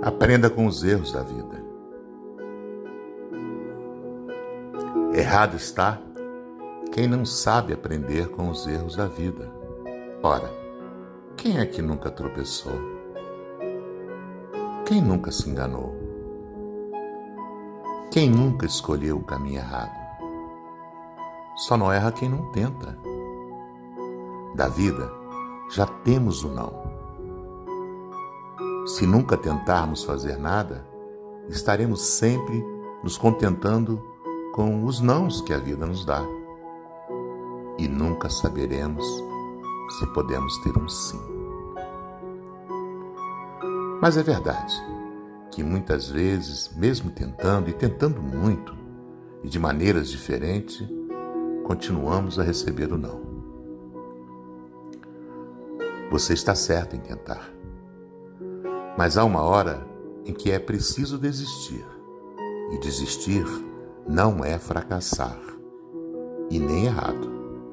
Aprenda com os erros da vida. Errado está quem não sabe aprender com os erros da vida. Ora, quem é que nunca tropeçou? Quem nunca se enganou? Quem nunca escolheu o caminho errado? Só não erra quem não tenta. Da vida, já temos o não. Se nunca tentarmos fazer nada, estaremos sempre nos contentando com os nãos que a vida nos dá. E nunca saberemos se podemos ter um sim. Mas é verdade que muitas vezes, mesmo tentando e tentando muito, e de maneiras diferentes, continuamos a receber o não. Você está certo em tentar. Mas há uma hora em que é preciso desistir. E desistir não é fracassar. E nem errado.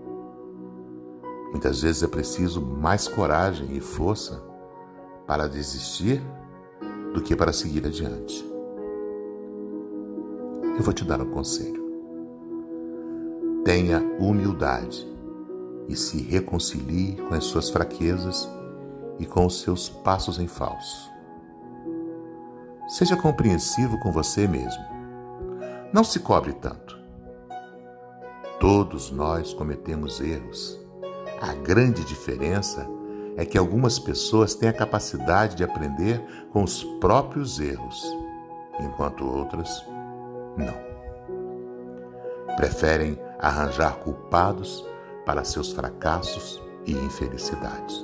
Muitas vezes é preciso mais coragem e força para desistir do que para seguir adiante. Eu vou te dar um conselho. Tenha humildade e se reconcilie com as suas fraquezas e com os seus passos em falso. Seja compreensivo com você mesmo. Não se cobre tanto. Todos nós cometemos erros. A grande diferença é que algumas pessoas têm a capacidade de aprender com os próprios erros, enquanto outras não. Preferem arranjar culpados para seus fracassos e infelicidades.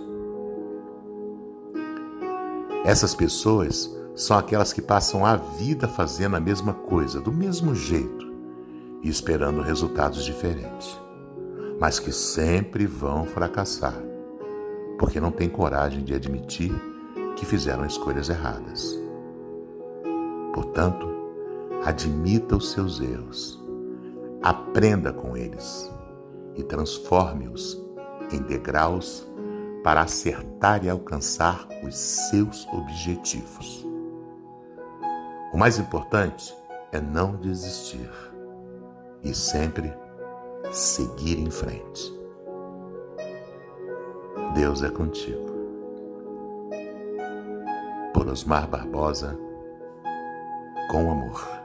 Essas pessoas são aquelas que passam a vida fazendo a mesma coisa, do mesmo jeito, e esperando resultados diferentes, mas que sempre vão fracassar, porque não têm coragem de admitir que fizeram escolhas erradas. Portanto, admita os seus erros, aprenda com eles e transforme-os em degraus para acertar e alcançar os seus objetivos. O mais importante é não desistir e sempre seguir em frente. Deus é contigo. Por Osmar Barbosa, com amor.